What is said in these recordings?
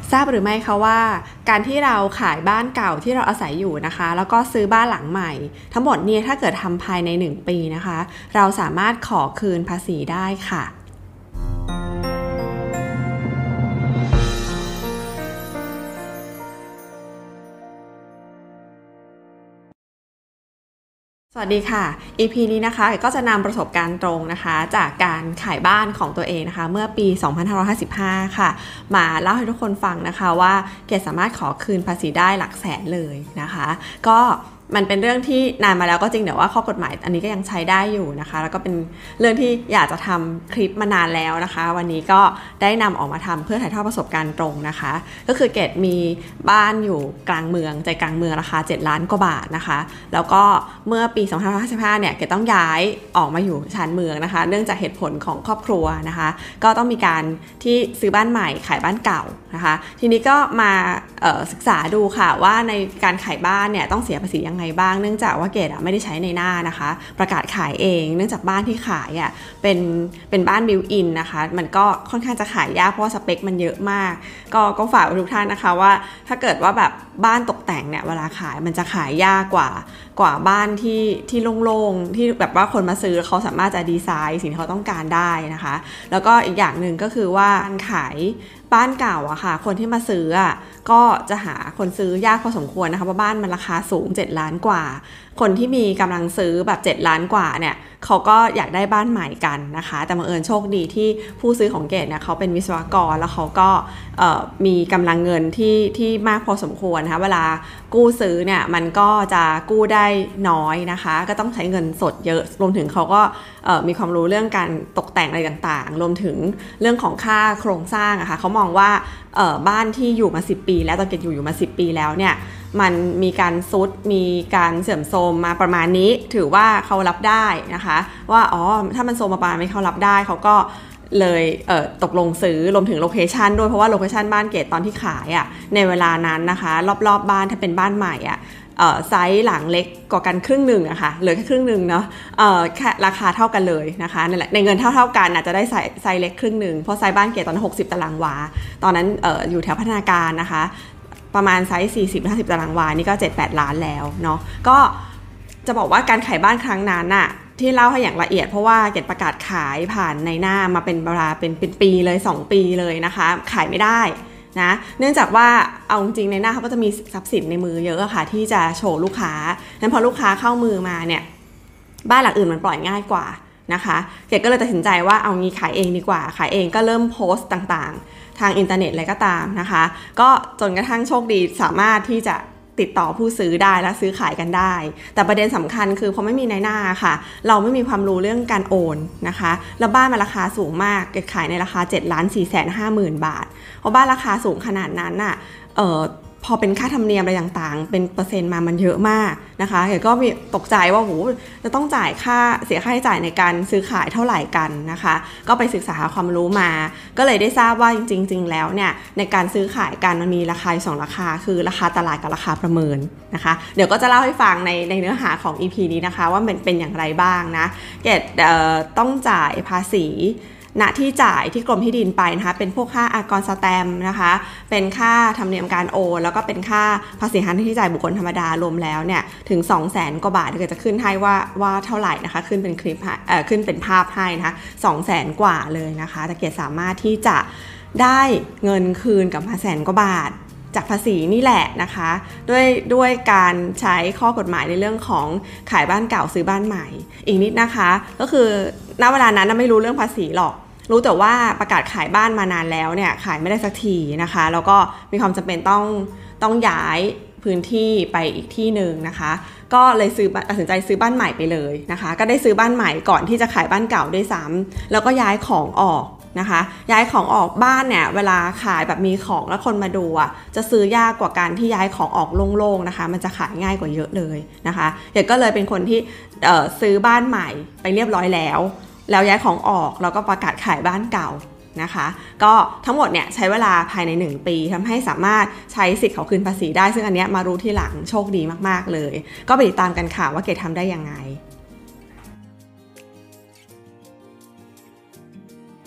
ทราบหรือไม่คะว่าการที่เราขายบ้านเก่าที่เราอาศัยอยู่นะคะแล้วก็ซื้อบ้านหลังใหม่ทั้งหมดเนี่ยถ้าเกิดทำภายใน1 ปีนะคะเราสามารถขอคืนภาษีได้ค่ะสวัสดีค่ะ EP นี้นะคะก็จะนำประสบการณ์ตรงนะคะจากการขายบ้านของตัวเองนะคะเมื่อปี 2555 ค่ะมาเล่าให้ทุกคนฟังนะคะว่าเกดสามารถขอคืนภาษีได้หลักแสนเลยนะคะก็มันเป็นเรื่องที่นานมาแล้วก็จริงแต่ว่าข้อกฎหมายอันนี้ก็ยังใช้ได้อยู่นะคะแล้วก็เป็นเรื่องที่อยากจะทำคลิปมานานแล้วนะคะวันนี้ก็ได้นำออกมาทำเพื่อถ่ายทอดประสบการณ์ตรงนะคะก็คือเกดมีบ้านอยู่กลางเมืองใจกลางเมืองราคา7 ล้านกว่าบาทนะคะแล้วก็เมื่อปี2555เนี่ยเกดต้องย้ายออกมาอยู่ชานเมืองนะคะเนื่องจากเหตุผลของครอบครัวนะคะก็ต้องมีการที่ซื้อบ้านใหม่ขายบ้านเก่านะคะทีนี้ก็มาศึกษาดูค่ะว่าในการขายบ้านเนี่ยต้องเสียภาษียังไงบ้างเนื่องจากว่าเกดไม่ได้ใช้ในหน้านะคะประกาศขายเองเนื่องจากบ้านที่ขายเป็นบ้านบิวอินนะคะมันก็ค่อนข้างจะขายยากเพราะว่าสเปคมันเยอะมากก็ฝากไว้ทุกท่านนะคะว่าถ้าเกิดว่าแบบบ้านตกแต่งเนี่ยเวลาขายมันจะขายยากกว่าบ้านที่โล่งๆที่แบบว่าคนมาซื้อเขาสามารถจะดีไซน์สิ่งที่เขาต้องการได้นะคะแล้วก็อีกอย่างหนึ่งก็คือว่าการขายบ้านเก่าอะค่ะคนที่มาซื้อก็จะหาคนซื้อยากพอสมควรนะคะเพราะบ้านมันราคาสูง7 ล้านกว่าคนที่มีกำลังซื้อแบบ7 ล้านกว่าเนี่ยเขาก็อยากได้บ้านใหม่กันนะคะแต่บังเอิญโชคดีที่ผู้ซื้อของเกดเนี่ยเขาเป็นวิศวกรแล้วเขาก็มีกำลังเงินที่มากพอสมควรนะคะเวลากู้ซื้อเนี่ยมันก็จะกู้ได้น้อยนะคะก็ต้องใช้เงินสดเยอะรวมถึงเขาก็มีความรู้เรื่องการตกแต่งอะไรต่างๆรวมถึงเรื่องของค่าโครงสร้างอะค่ะเขามองว่าบ้านที่อยู่มา10 ปีแล้วตอนเกดอยู่มา10 ปีแล้วเนี่ยมันมีการซุดมีการเสื่อมโทรมมาประมาณนี้ถือว่าเขารับได้นะคะว่าถ้ามันโทรมมาประมาณนี้เขารับได้เขาก็เลยตกลงซื้อรวมถึงโลเคชันด้วยเพราะว่าโลเคชันบ้านเกดตอนที่ขายในเวลานั้นนะคะรอบๆบ้านถ้าเป็นบ้านใหม่ไซส์หลังเล็กกว่ากันครึ่งหนึ่งอะค่ะเหลือแค่ครึ่งหนึ่งเนาะแค่ราคาเท่ากันเลยนะคะนั่นแหละในเงินเท่ากันอาจจะได้ไซส์เล็กครึ่งหนึ่งเพราะไซส์บ้านเกดตอนนั้น60 ตารางวาตอนนั้นอยู่แถวพัฒนาการนะคะประมาณไซส์40-50 ตารางวานี่ก็ 7-8 ล้านแล้วเนาะก็จะบอกว่าการขายบ้านครั้งนั้นน่ะที่เล่าให้อย่างละเอียดเพราะว่าเกดประกาศขายผ่านในหน้ามาเป็นเวลาเป็นปีเลย2 ปีเลยนะคะขายไม่ได้นะเนื่องจากว่าเอาจริงในหน้าเขาก็จะมีทรัพย์สินในมือเยอะค่ะที่จะโชว์ลูกค้านั้นพอลูกค้าเข้ามือมาเนี่ยบ้านหลังอื่นมันปล่อยง่ายกว่านะคะเกดก็เลยตัดสินใจว่าเอางี้ขายเองดีกว่าขายเองก็เริ่มโพสต์ต่างๆทางอินเทอร์เน็ตอะไรก็ตามนะคะก็จนกระทั่งโชคดีสามารถที่จะติดต่อผู้ซื้อได้และซื้อขายกันได้แต่ประเด็นสำคัญคือพอไม่มีในหน้าค่ะเราไม่มีความรู้เรื่องการโอนนะคะแล้วบ้านมันราคาสูงมากเกิดขายในราคา7,450,000 บาทเพราะบ้านราคาสูงขนาดนั้นพอเป็นค่าธรรมเนียมอะไรต่างๆเป็นเปอร์เซ็นต์มามันเยอะมากนะคะเดี๋ยวก็มีตกใจว่าโหจะต้องจ่ายเสียค่าใช้จ่ายในการซื้อขายเท่าไหร่กันนะคะก็ไปศึกษาหาความรู้มาก็เลยได้ทราบว่าจริงๆแล้วเนี่ยในการซื้อขายกันมันมีราคา2 ราคาคือราคาตลาดกับราคาประเมินนะคะเดี๋ยวก็จะเล่าให้ฟังในเนื้อหาของ EP นี้นะคะว่ามันเป็นอย่างไรบ้างนะเกดต้องจ่ายภาษีณที่จ่ายที่กรมที่ดินไปนะคะเป็นพวกค่าอากรสแตมป์นะคะเป็นค่าธรรมเนียมการโอนแล้วก็เป็นค่าภาษีหันที่จ่ายบุคคลธรรมดารวมแล้วเนี่ยถึง 200,000 กว่าบาทเดี๋ยวจะขึ้นให้ว่าเท่าไหร่นะคะขึ้นเป็นคลิปขึ้นเป็นภาพให้นะคะ 200,000 กว่าเลยนะคะแต่เกดสามารถที่จะได้เงินคืนกับ100,000 กว่าบาทจากภาษีนี่แหละนะคะด้วยการใช้ข้อกฎหมายในเรื่องของขายบ้านเก่าซื้อบ้านใหม่อีกนิดนะคะก็คือณเวลานั้นไม่รู้เรื่องภาษีหรอกรู้แต่ว่าประกาศขายบ้านมานานแล้วเนี่ยขายไม่ได้สักทีนะคะแล้วก็มีความจำเป็นต้องย้ายพื้นที่ไปอีกที่หนึ่งนะคะก็เลยตัดสินใจซื้อบ้านใหม่ไปเลยนะคะก็ได้ซื้อบ้านใหม่ก่อนที่จะขายบ้านเก่าด้วยซ้ำแล้วก็ย้ายของออกนะคะย้ายของออกบ้านเนี่ยเวลาขายแบบมีของแล้วคนมาดูจะซื้อยากกว่าการที่ย้ายของออกโล่งๆนะคะมันจะขายง่ายกว่าเยอะเลยนะคะเดี๋ยวก็เลยเป็นคนที่ซื้อบ้านใหม่ไปเรียบร้อยแล้วย้ายของออกแล้วก็ประกาศขายบ้านเก่านะคะก็ทั้งหมดเนี่ยใช้เวลาภายใน1 ปีทำให้สามารถใช้สิทธิ์ขอคืนภาษีได้ซึ่งอันนี้มารู้ทีหลังโชคดีมากๆเลยก็ไปติดตามกันค่ะว่าเกดทำได้ยังไง ก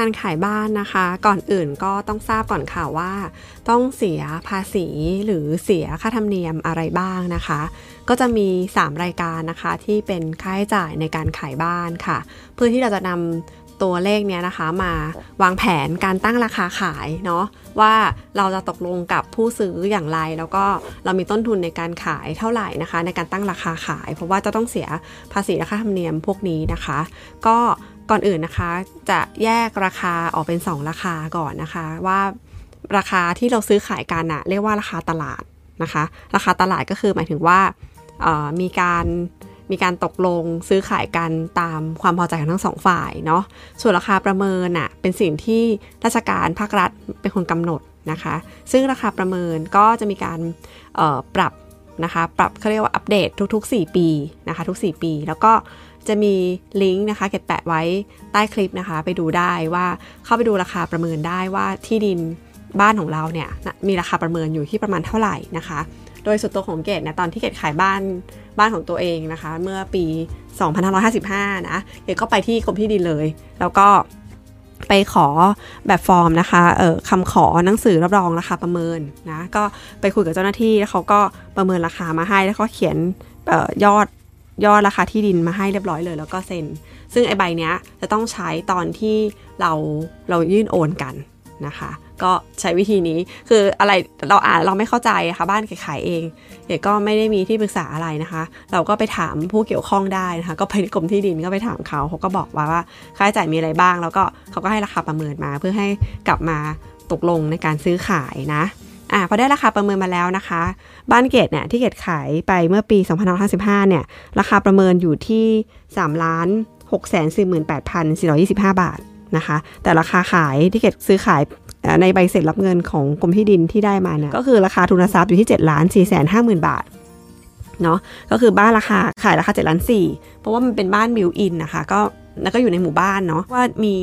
การขายบ้านนะคะก่อนอื่นก็ต้องทราบก่อนค่ะว่าต้องเสียภาษีหรือเสียค่าธรรมเนียมอะไรบ้างนะคะก็จะมี3รายการนะคะที่เป็นค่าใช้จ่ายในการขายบ้านค่ะเพื่อที่เราจะนำตัวเลขเนี้ยนะคะมาวางแผนการตั้งราคาขายเนาะว่าเราจะตกลงกับผู้ซื้ออย่างไรแล้วก็เรามีต้นทุนในการขายเท่าไหร่นะคะในการตั้งราคาขายเพราะว่าจะต้องเสียภาษีและค่าธรรมเนียมพวกนี้นะคะก็ก่อนอื่นนะคะจะแยกราคาออกเป็น2ราคาก่อนนะคะว่าราคาที่เราซื้อขายกันเรียกว่าราคาตลาดนะคะราคาตลาดก็คือหมายถึงว่ามีการตกลงซื้อขายกันตามความพอใจของทั้งสองฝ่ายเนาะส่วนราคาประเมินเป็นสิ่งที่ราชการภาครัฐเป็นคนกำหนดนะคะซึ่งราคาประเมินก็จะมีการปรับนะคะปรับเขาเรียกว่าอัปเดตทุกๆ4ปีนะคะทุก4ปีแล้วก็จะมีลิงก์นะคะเก็บแปะไว้ใต้คลิปนะคะไปดูได้ว่าเข้าไปดูราคาประเมินได้ว่าที่ดินบ้านของเราเนี่ยมีราคาประเมินอยู่ที่ประมาณเท่าไหร่นะคะโดยส่วนตัวของเกดตอนที่เกดขายบ้านของตัวเองนะคะเมื่อปี 2555 นะเกดก็ไปที่กรมที่ดินเลยแล้วก็ไปขอแบบฟอร์มนะคะคำขอหนังสือรับรองราคาประเมินนะก็ไปคุยกับเจ้าหน้าที่แล้วเขาก็ประเมินราคามาให้แล้วก็เขียนยอดราคาที่ดินมาให้เรียบร้อยเลยแล้วก็เซ็นซึ่งไอ้ใบเนี้ยจะต้องใช้ตอนที่เรายื่นโอนกันนะคะก็ใช้วิธีนี้คืออะไรเราไม่เข้าใจค่ะบ้านขายเองเด็กก็ไม่ได้มีที่ปรึกษาอะไรนะคะเราก็ไปถามผู้เกี่ยวข้องได้นะคะก็ไปกรมที่ดินก็ไปถามเขาก็บอกว่าค่าใช้จ่ายมีอะไรบ้างแล้วก็เขาก็ให้ราคาประเมินมาเพื่อให้กลับมาตกลงในการซื้อขายนะพอได้ราคาประเมินมาแล้วนะคะบ้านเกดที่เกดขายไปเมื่อปี 2555 เนี่ยราคาประเมินอยู่ที่ 3,648,425 บาทนะคะแต่ราคาขายที่เกดซื้อขายในใบเสร็จรับเงินของกรมที่ดินที่ได้มาเนี่ยก็คือราคาทุนทรัพย์อยู่ที่ 7,450,000 บาทเนาะก็คือบ้านราคาขายราคา 7,400,000 เพราะว่ามันเป็นบ้านบิวอินนะคะแล้วก็อยู่ในหมู่บ้านเนาะว่ามี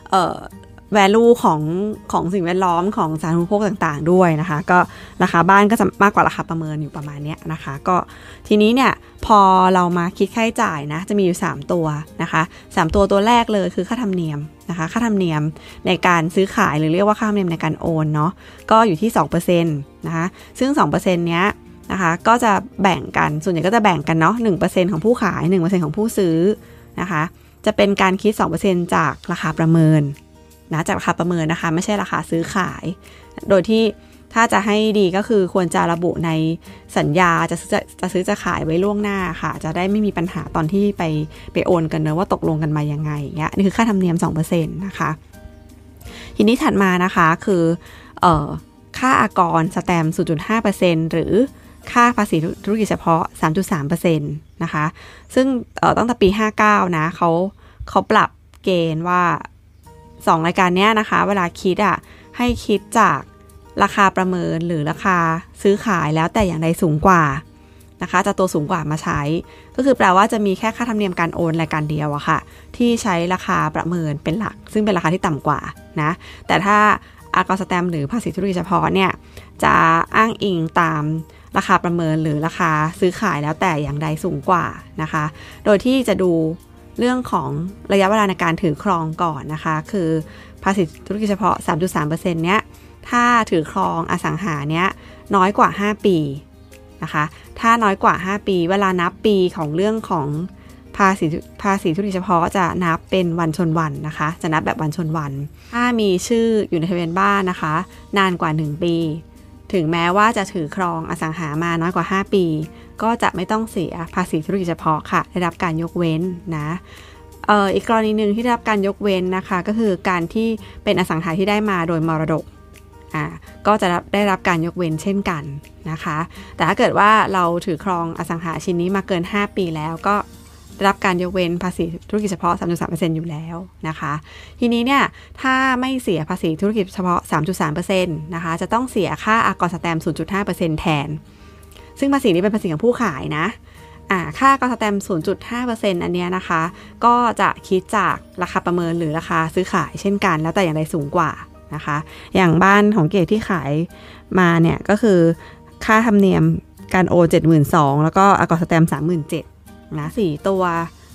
value ของสิ่งแวดล้อมของสาธารณูปโภคต่างๆด้วยนะคะก็ราคาบ้านก็จะมากกว่าราคาประเมินอยู่ประมาณนี้นะคะก็ทีนี้เนี่ยพอเรามาคิดค่าใช้จ่ายนะจะมีอยู่3ตัวนะคะ3ตัวแรกเลยคือค่าธรรมเนียมนะคะค่าธรรมเนียมในการซื้อขายหรือเรียกว่าค่าธรรมเนียมในการโอนเนาะก็อยู่ที่ 2% นะคะซึ่ง 2% เนี้ยนะคะก็จะแบ่งกันส่วนใหญ่ก็จะแบ่งกันเนาะ 1% ของผู้ขาย 1% ของผู้ซื้อนะคะจะเป็นการคิด 2% จากราคาประเมินนะจากราคาประเมินนะคะไม่ใช่ราคาซื้อขายโดยที่ถ้าจะให้ดีก็คือควรจะระบุในสัญญาจะซื้อจะขายไว้ล่วงหน้าค่ะจะได้ไม่มีปัญหาตอนที่ไปโอนกันเนอะว่าตกลงกันมายังไงอย่างเงี้ยนี่คือค่าธรรมเนียม 2% นะคะทีนี้ถัดมานะคะคือค่าอากรสแตมป์ 0.5% หรือค่าภาษีธุรกิจเฉพาะ 3.3% นะคะซึ่งตั้งแต่ปี 59 นะเขาปรับเกณฑ์ว่า2รายการนี้นะคะเวลาคิดให้คิดจากราคาประเมินหรือราคาซื้อขายแล้วแต่อย่างใดสูงกว่านะคะจะตัวสูงกว่ามาใช้ก็คือแปลว่าจะมีแค่ค่าธรรมเนียมการโอนรายการเดียวอะค่ะที่ใช้ราคาประเมินเป็นหลักซึ่งเป็นราคาที่ต่ำกว่านะแต่ถ้าอากรสแตมป์หรือภาษีธุรกิจเฉพาะเนี่ยจะอ้างอิงตามราคาประเมินหรือราคาซื้อขายแล้วแต่อย่างใดสูงกว่านะคะโดยที่จะดูเรื่องของระยะเวลาในการถือครองก่อนนะคะคือภาษีธุรกิจเฉพาะ 3.3% เนี้ยถ้าถือครองอสังหาเนี้ยน้อยกว่า5ปีนะคะถ้าน้อยกว่า5ปีเวลานับปีของเรื่องของภาษีธุรกิจเฉพาะจะนับเป็นวันชนวันนะคะจะนับแบบวันชนวันถ้ามีชื่ออยู่ในทะเบียนบ้านนะคะนานกว่า1ปีถึงแม้ว่าจะถือครองอสังหามาน้อยกว่า5ปีก็จะไม่ต้องเสียภาษีธุรกิจเฉพาะค่ะได้รับการยกเว้นนะอีกกรณีหนึ่งที่ได้รับการยกเว้นนะคะก็คือการที่เป็นอสังหาที่ได้มาโดยมรดกก็จะได้รับการยกเว้นเช่นกันนะคะแต่ถ้าเกิดว่าเราถือครองอสังหาชิ้นนี้มาเกิน5ปีแล้วก็ได้รับการยกเว้นภาษีธุรกิจเฉพาะ 3.3% อยู่แล้วนะคะทีนี้เนี่ยถ้าไม่เสียภาษีธุรกิจเฉพาะ 3.3% นะคะจะต้องเสียค่าอากรสแตมป์ 0.5% แทนซึ่งภาษีนี้เป็นภาษีของผู้ขายนะค่ากรสแตมป์ 0.5% อันเนี้ยนะคะก็จะคิดจากราคาประเมินหรือราคาซื้อขายเช่นกันแล้วแต่อย่างใดสูงกว่านะคะอย่างบ้านของเกดที่ขายมาเนี่ยก็คือค่าธรรมเนียมการโอน 72,000 แล้วก็อากรสแตมป์ 37,000 นะ4ตัว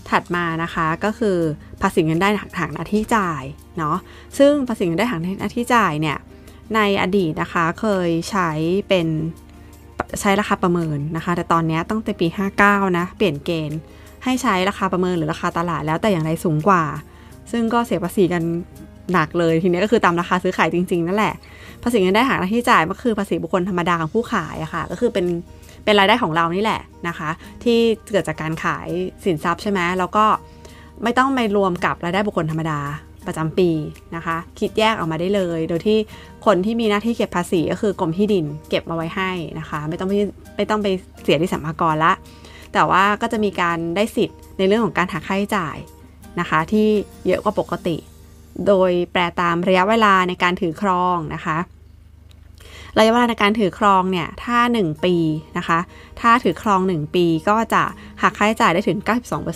ถัดมานะคะก็คือภาษีเงินได้หักหน้าที่จ่ายเนาะซึ่งภาษีเงินได้หักหน้าที่จ่ายเนี่ยในอดีตนะคะเคยใช้ราคาประเมินนะคะแต่ตอนนี้ตั้งแต่ปี59นะเปลี่ยนเกณฑ์ให้ใช้ราคาประเมินหรือราคาตลาดแล้วแต่อย่างไรสูงกว่าซึ่งก็เสียภาษีกันหนักเลยทีนี้ก็คือตามราคาซื้อขายจริงๆนั่นแหละภาษีเงินได้หักหน้าที่จ่ายก็คือภาษีบุคคลธรรมดาของผู้ขายอะค่ะก็คือเป็นรายได้ของเรานี่แหละนะคะที่เกิดจากการขายสินทรัพย์ใช่ไหมแล้วก็ไม่ต้องไปรวมกับรายได้บุคคลธรรมดาประจำปีนะคะคิดแยกออกมาได้เลยโดยที่คนที่มีหน้าที่เก็บภาษีก็คือกรมที่ดินเก็บมาไว้ให้นะคะไม่ต้องไปเสียที่สรรพากรละแต่ว่าก็จะมีการได้สิทธิ์ในเรื่องของการหักค่าใช้จ่ายนะคะที่เยอะกว่าปกติโดยแปรตามระยะเวลาในการถือครองนะคะระยะเวลาในการถือครองเนี่ยถ้า1ปีนะคะถ้าถือครอง1ปีก็จะหักค่าใช้จ่ายได้ถึง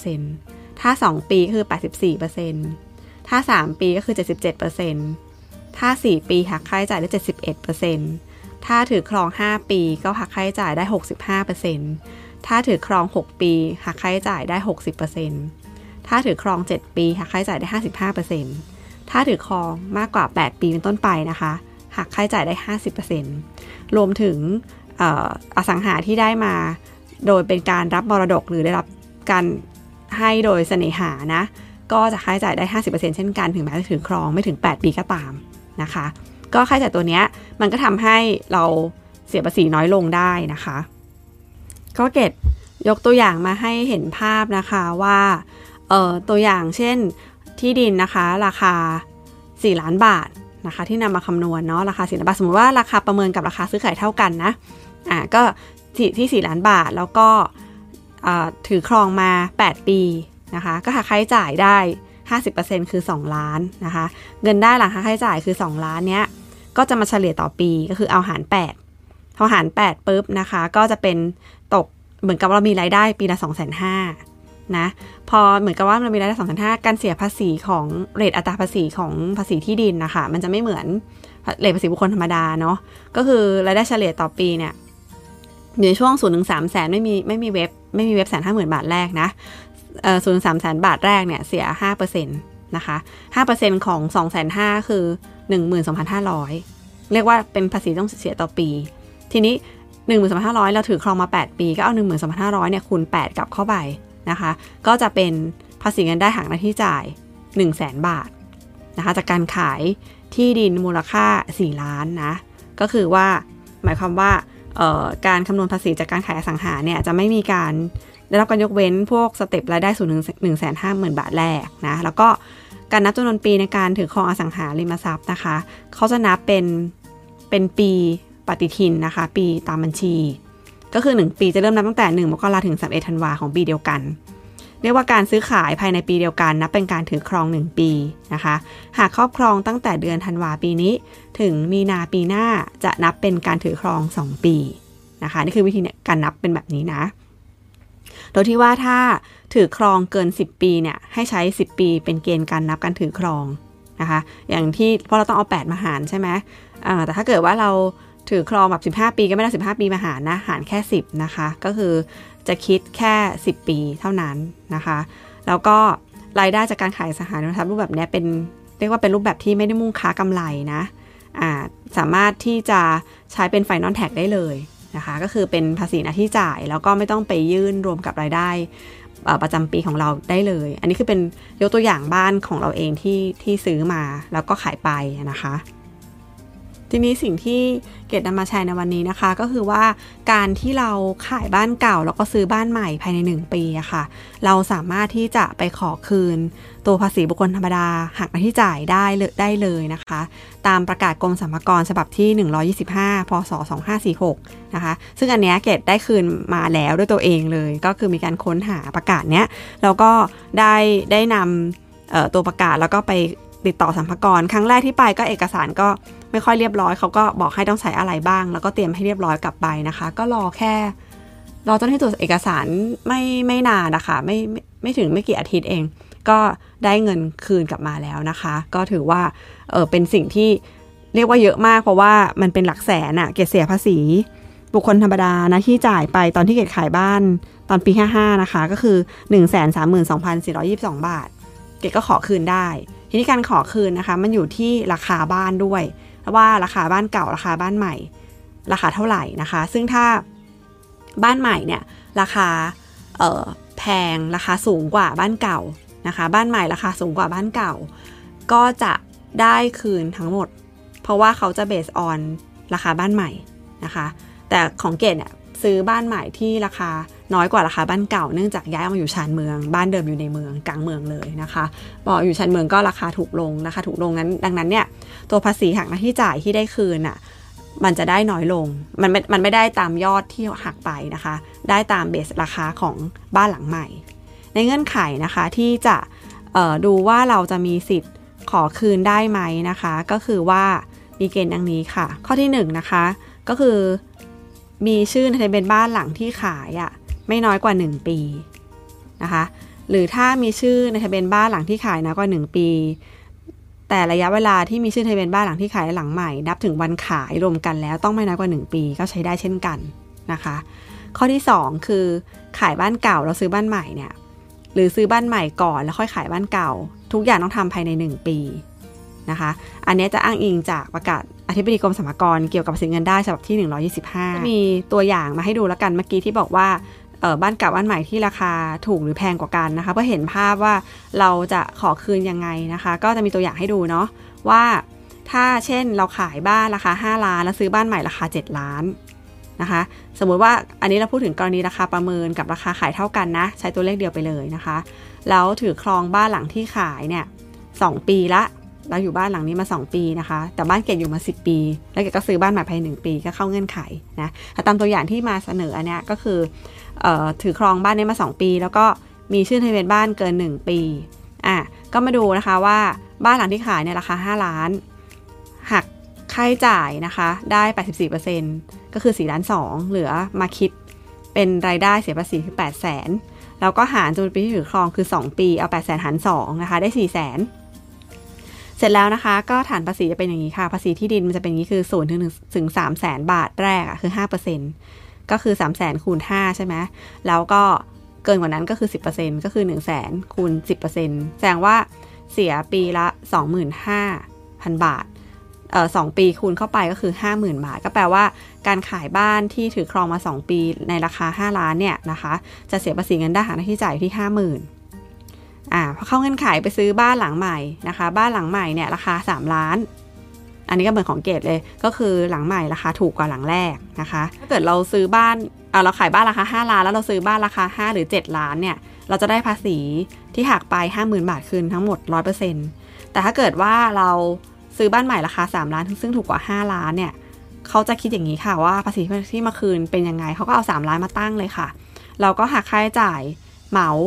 92% ถ้า2ปีคือ 84%ถ้า3ปีก็คือ 77%ถ้า4ปีหักค่าใช้จ่ายได้ 71%ถ้าถือครอง5ปีก็หักค่าใช้จ่ายได้ 65%ถ้าถือครอง6ปีหักค่าใช้จ่ายได้ 60%ถ้าถือครอง7ปีหักค่าใช้จ่ายได้ 55%ถ้าถือครองมากกว่า8ปีเป็นต้นไปนะคะหักค่าใช้จ่ายได้ 50% รวมถึงอสังหาที่ได้มาโดยเป็นการรับมรดกหรือได้รับการให้โดยเสน่หานะก็จะค่าใช้จ่ายได้ 50% เช่นกันถึงแม้จะถือครองไม่ถึง8ปีก็ตามนะคะก็ค่าใช้จ่ายตัวนี้มันก็ทำให้เราเสียภาษีน้อยลงได้นะคะก็เกตยกตัวอย่างมาให้เห็นภาพนะคะว่าตัวอย่างเช่นที่ดินนะคะราคา4 ล้านบาทนะคะที่นำมาคำนวณเนาะราคา4 ล้านบาทสมมติว่าราคาประเมินกับราคาซื้อขายเท่ากันนะก็ที่4 ล้านบาทแล้วก็ถือครองมา8ปีนะคะก็หักค่าใช้จ่ายได้ 50% คือ2 ล้านนะคะเงินได้หลังหักค่าใช้จ่ายคือ2 ล้านเนี้ยก็จะมาเฉลี่ยต่อปีก็คือเอาหาร8พอหาร8ปุ๊บนะคะก็จะเป็นตกเหมือนกับเรามีรายได้ปีละ 250,000 นะพอเหมือนกับว่าเรามีรายได้ 250,000 การเสียภาษีของเรทอัตราภาษีของภาษีที่ดินนะคะมันจะไม่เหมือนเรทภาษีบุคคลธรรมดาเนาะก็คือรายได้เฉลี่ยต่อปีเนี่ยในช่วง 0-3 แสนไม่มีเว็บ150,000 บาทแรกนะ0-3 แสนบาทแรกเนี่ยเสีย 5% นะคะ 5% ของ 250,000 คือ 12,500 เรียกว่าเป็นภาษีต้องเสียต่อปีทีนี้ 12,500 เราถือครองมา8ปีก็เอา 12,500 เนี่ยคูณ8กลับเข้าไปนะคะก็จะเป็นภาษีเงินได้หักหน้าที่จ่าย 100,000 บาทนะคะจากการขายที่ดินมูลค่า4 ล้านนะก็คือว่าหมายความว่าการคำนวณภาษีจากการขายอสังหาเนี่ยจะไม่มีการได้รับการยกเว้นพวกสเต็ปรายได้สูงถึง 150,000 บาทแรกนะแล้วก็การนับจำนวนปีในการถือครองอสังหาริมทรัพย์นะคะเขาจะนับเป็นปีปฏิทินนะคะปีตามบัญชีก็คือ1ปีจะเริ่มนับตั้งแต่1 มกราคมถึง31 ธันวาคมของปีเดียวกันเรียกว่าการซื้อขายภายในปีเดียวกันนับเป็นการถือครอง1ปีนะคะหากครอบครองตั้งแต่เดือนธันวาปีนี้ถึงมีนาปีหน้าจะนับเป็นการถือครอง2ปีนะคะนี่คือวิธีการนับเป็นแบบนี้นะโดยที่ว่าถ้าถือครองเกิน10ปีเนี่ยให้ใช้10ปีเป็นเกณฑ์การนับการถือครองนะคะอย่างที่เพราะเราต้องเอา8มาหารใช่ไหมแต่ถ้าเกิดว่าเราถือครองแบบ15ปีก็ไม่ได้15ปีมาหารนะหารแค่10นะคะก็คือจะคิดแค่10ปีเท่านั้นนะคะแล้วก็รายได้จากการขายอสังหาริมทรัพย์รูปแบบนี้เป็นเรียกว่าเป็นรูปแบบที่ไม่ได้มุ่งค้ากำไรนะสามารถที่จะใช้เป็น Final Tax ได้เลยนะคะก็คือเป็นภาษีหน้าที่จ่ายแล้วก็ไม่ต้องไปยื่นรวมกับรายได้ประจำปีของเราได้เลยอันนี้คือเป็นยกตัวอย่างบ้านของเราเองที่ซื้อมาแล้วก็ขายไปนะคะทีนี้สิ่งที่เกดนำมาแชร์ในวันนี้นะคะก็คือว่าการที่เราขายบ้านเก่าแล้วก็ซื้อบ้านใหม่ภายใน1ปีอะค่ะเราสามารถที่จะไปขอคืนตัวภาษีบุคคลธรรมดาหักหน้าที่จ่ายได้เลยนะคะตามประกาศกรมสรรพากรฉบับที่125พศ2546นะคะซึ่งอันเนี้ยเกดได้คืนมาแล้วด้วยตัวเองเลยก็คือมีการค้นหาประกาศเนี้ยแล้วก็ได้นำตัวประกาศแล้วก็ไปติดต่อสรรพากรครั้งแรกที่ไปก็เอกสารก็ไม่ค่อยเรียบร้อยเขาก็บอกให้ต้องใช้อะไรบ้างแล้วก็เตรียมให้เรียบร้อยกลับไปนะคะก็รอเจ้าหน้าที่ตรวจเอกสารไม่นานนะคะไม่ถึงไม่กี่อาทิตย์เองก็ได้เงินคืนกลับมาแล้วนะคะก็ถือว่าเป็นสิ่งที่เรียกว่าเยอะมากเพราะว่ามันเป็นหลักแสนอะเกดเสียภาษีบุคคลธรรมดานะที่จ่ายไปตอนที่เกดขายบ้านตอนปี55นะคะก็คือ 132,422 บาทเกดก็ขอคืนได้ทีนี้การขอคืนนะคะมันอยู่ที่ราคาบ้านด้วยว่าราคาบ้านเก่าราคาบ้านใหม่ราคาเท่าไหร่นะคะซึ่งถ้าบ้านใหม่เนี่ยราคาแพงราคาสูงกว่าบ้านเก่านะคะบ้านใหม่ราคาสูงกว่าบ้านเก่าก็จะได้คืนทั้งหมดเพราะว่าเขาจะเบสออนราคาบ้านใหม่นะคะแต่ของเกดเนี่ยซื้อบ้านใหม่ที่ราคาน้อยกว่าราคาบ้านเก่าเนื่องจากย้ายมาอยู่ชานเมืองบ้านเดิมอยู่ในเมืองกลางเมืองเลยนะคะพออยู่ชานเมืองก็ราคาถูกลงนั้นดังนั้นเนี่ยตัวภาษีหักหน้าที่จ่ายที่ได้คืนอ่ะมันจะได้น้อยลงมันไม่ได้ตามยอดที่หักไปนะคะได้ตามเบสราคาของบ้านหลังใหม่ในเงื่อนไขนะคะที่จะดูว่าเราจะมีสิทธิ์ขอคืนได้ไหมนะคะก็คือว่ามีเกณฑ์ดังนี้ค่ะข้อที่1นะคะก็คือมีชื่อในทะเบียนบ้านหลังที่ขายไม่น้อยกว่า1ปีนะคะหรือถ้ามีชื่อในทะเบียนบ้านหลังที่ขายน้อยกว่า1ปีแต่ระยะเวลาที่มีชื่อทะเบียนบ้านหลังที่ขายหลังใหม่นับถึงวันขายรวมกันแล้วต้องไม่น้อยกว่า1ปีก็ใช้ได้เช่นกันนะคะข้อที่2คือขายบ้านเก่าแล้วซื้อบ้านใหม่เนี่ยหรือซื้อบ้านใหม่ก่อนแล้วค่อยขายบ้านเก่าทุกอย่างต้องทำภายใน1ปีนะคะอันนี้จะอ้างอิงจากประกาศอธิบดีกรมสรรพากรเกี่ยวกับภาษีเงินได้ฉบับที่125จะมีตัวอย่างมาให้ดูแล้วกันเมื่อกี้ที่บอกว่าบ้านเก่าบ้านใหม่ที่ราคาถูกหรือแพงกว่ากันนะคะเพื่อเห็นภาพว่าเราจะขอคืนยังไงนะคะก็จะมีตัวอย่างให้ดูเนาะว่าถ้าเช่นเราขายบ้านราคา5ล้านแล้วซื้อบ้านใหม่ราคา7ล้านนะคะสมมุติว่าอันนี้เราพูดถึงกรณีราคาประเมินกับราคาขายเท่ากันนะใช้ตัวเลขเดียวไปเลยนะคะแล้วถือครองบ้านหลังที่ขายเนี่ย2ปีละเราอยู่บ้านหลังนี้มา2ปีนะคะแต่บ้านเกดอยู่มา10ปีแล้วเกดก็ซื้อบ้านใหม่ภายใน1ปีก็เข้าเงื่อนไขนะตามตัวอย่างที่มาเสนออันเนี้ยก็คือถือครองบ้านนี้มา2ปีแล้วก็มีชื่อทะเบียนบ้านเกิน1ปีก็มาดูนะคะว่าบ้านหลังที่ขายเนี่ยราคา5ล้านหักค่าใช้จ่ายนะคะได้ 84% ก็คือ4ล้าน2เหลือมาคิดเป็นรายได้เสียภาษีคือ 800,000 แล้วก็หารจำนวนปีที่ถือครองคือ2ปีเอา 800,000 หาร2นะคะได้ 400,000เสร็จแล้วนะคะก็ฐานภาษีจะเป็นอย่างนี้ค่ะภาษีที่ดินมันจะเป็นอย่างนี้คือ0ถึง 300,000 บาทแรกคือ 5% ก็คือ 300,000 คูณ 5 ใช่ไหมแล้วก็เกินกว่านั้นก็คือ 10% ก็คือ 100,000 คูณ 10% แสดงว่าเสียปีละ 25,000 บาท2ปีคูณเข้าไปก็คือ 50,000 บาทก็แปลว่าการขายบ้านที่ถือครองมา2ปีในราคา5ล้านเนี่ยนะคะจะเสียภาษีเงินได้หักหน้าที่จ่ายที่ 50,000พอเข้าเงื่อนไขไปซื้อบ้านหลังใหม่นะคะบ้านหลังใหม่เนี่ยราคา3ล้านอันนี้ก็เหมือนของเกดเลยก็คือหลังใหม่ราคาถูกกว่าหลังแรกนะคะถ้าเกิดเราซื้อบ้านเราขายบ้านราคา5ล้านแล้วเราซื้อบ้านราคา5หรือ7ล้านเนี่ยเราจะได้ภาษีที่หักไป 50,000 บาทคืนทั้งหมด 100% แต่ถ้าเกิดว่าเราซื้อบ้านใหม่ราคา3ล้านซึ่งถูกกว่า5ล้านเนี่ยเขาจะคิดอย่างนี้ค่ะว่าภาษีที่มาคืนเป็นยังไงเขาก็เอา3ล้านมาตั้งเลยค่ะเราก็หักค่าใช้จ่ายเหมา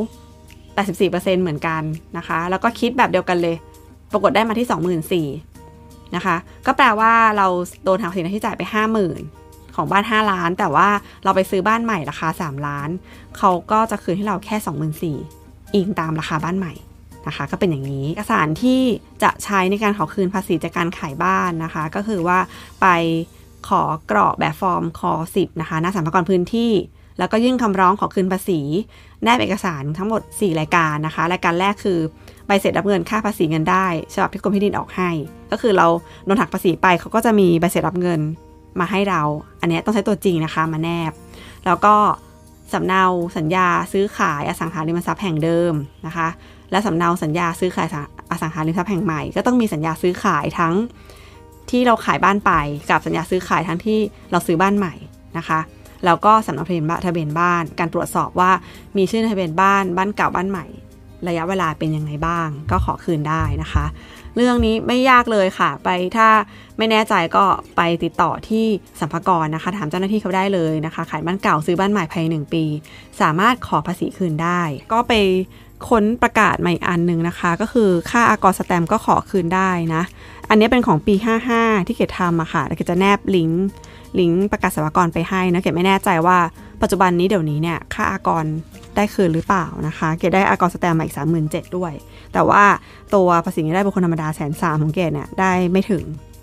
84% เหมือนกันนะคะแล้วก็คิดแบบเดียวกันเลยปรากฏได้มาที่ 24,000 นะคะก็แปลว่าเราโดนหักภาษีที่จ่ายไป 50,000 ของบ้าน5ล้านแต่ว่าเราไปซื้อบ้านใหม่ราคา3ล้านเขาก็จะคืนให้เราแค่ 24,000 อิงตามราคาบ้านใหม่นะคะก็เป็นอย่างนี้เอกสารที่จะใช้ในการขอคืนภาษีจากการขายบ้านนะคะก็คือว่าไปขอกรอกแบบฟอร์มค10นะคะหน้าสรรพากรพื้นที่แล้วก็ยื่นคำร้องขอคืนภาษีแนบเอกสารทั้งหมด4รายการนะคะรายการแรกคือใบเสร็จรับเงินค่าภาษีเงินได้ฉบับที่กรมที่ดินออกให้ก็คือเราโดนหักภาษีไปเขาก็จะมีใบเสร็จรับเงินมาให้เราอันนี้ต้องใช้ตัวจริงนะคะมาแนบแล้วก็สำเนาสัญญาซื้อขายอสังหาริมทรัพย์แห่งเดิมนะคะและสำเนาสัญญาซื้อขายอสังหาริมทรัพย์แห่งใหม่ก็ต้องมีสัญญาซื้อขายทั้งที่เราขายบ้านไปกับสัญญาซื้อขายทั้งที่เราซื้อบ้านใหม่นะคะแล้วก็สำเนาทะเบียนบ้านการตรวจสอบว่ามีชื่อทะเบียนบ้านเก่าบ้านใหม่ระยะเวลาเป็นยังไงบ้างก็ขอคืนได้นะคะเรื่องนี้ไม่ยากเลยค่ะไปถ้าไม่แน่ใจก็ไปติดต่อที่สรรพากรนะคะถามเจ้าหน้าที่เขาได้เลยนะคะขายบ้านเก่าซื้อบ้านใหม่ภายใน1ปีสามารถขอภาษีคืนได้ก็ไปค้นประกาศใหม่อันนึงนะคะก็คือค่าอากรสแตมป์ก็ขอคืนได้นะอันนี้เป็นของปี55ที่เกดทำค่ะแล้วเกดจะแนบลิงก์ประกาศสรรพากรไปให้นะเกดไม่แน่ใจว่าปัจจุบันนี้เดี๋ยวนี้เนี่ยค่าอากรได้คืนหรือเปล่านะคะเกดได้อากรสแตมป์มาอีก 37,000 ด้วยแต่ว่าตัวภาษีเงินได้บุคคลธรรมดา130,000ของเกดเนี่ยได้ไม่ถึง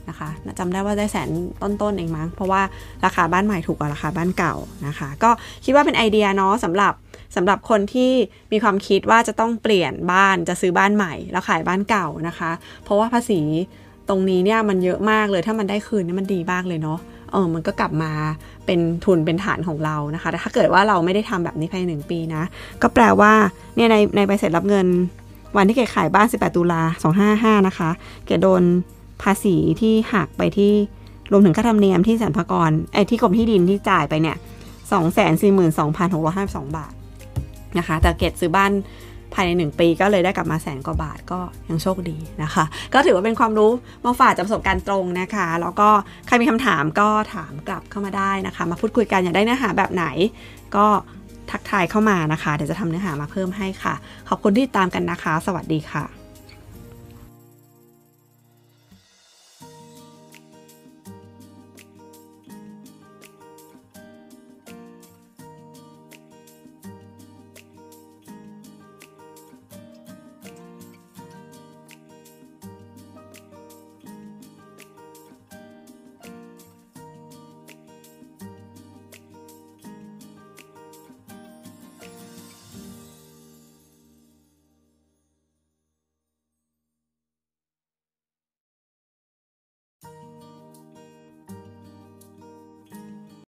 นะคะจำได้ว่าได้แสนต้นๆเองมั้งเพราะว่าราคาบ้านใหม่ถูกกว่าราคาบ้านเก่านะคะก็คิดว่าเป็นไอเดียเนาะสำหรับคนที่มีความคิดว่าจะต้องเปลี่ยนบ้านจะซื้อบ้านใหม่แล้วขายบ้านเก่านะคะเพราะว่าภาษีตรงนี้เนี่ยมันเยอะมากเลยถ้ามันได้คืนนี่มันดีมากเลยเนาะมันก็กลับมาเป็นทุนเป็นฐานของเรานะคะแต่ถ้าเกิดว่าเราไม่ได้ทำแบบนี้ภายใน1 ปีนะก็แปลว่าเนี่ยในใบเสร็จรับเงินวันที่เกดขายบ้าน18 ตุลา2555นะคะเกดโดนภาษีที่หักไปที่รวมถึงค่าธรรมเนียมที่สรรพากรที่กรมที่ดินที่จ่ายไปเนี่ย 242,652 บาทนะคะแต่เกดซื้อบ้านภายใน1 ปีก็เลยได้กลับมา100,000 กว่าบาทก็ยังโชคดีนะคะก็ถือว่าเป็นความรู้มาฝากจากประสบการณ์ตรงนะคะแล้วก็ใครมีคำถามก็ถามกลับเข้ามาได้นะคะมาพูดคุยกันอยากได้เนื้อหาแบบไหนก็ทักทายเข้ามานะคะเดี๋ยวจะทำเนื้อหามาเพิ่มให้ค่ะขอบคุณที่ติดตามกันนะคะสวัสดีค่ะ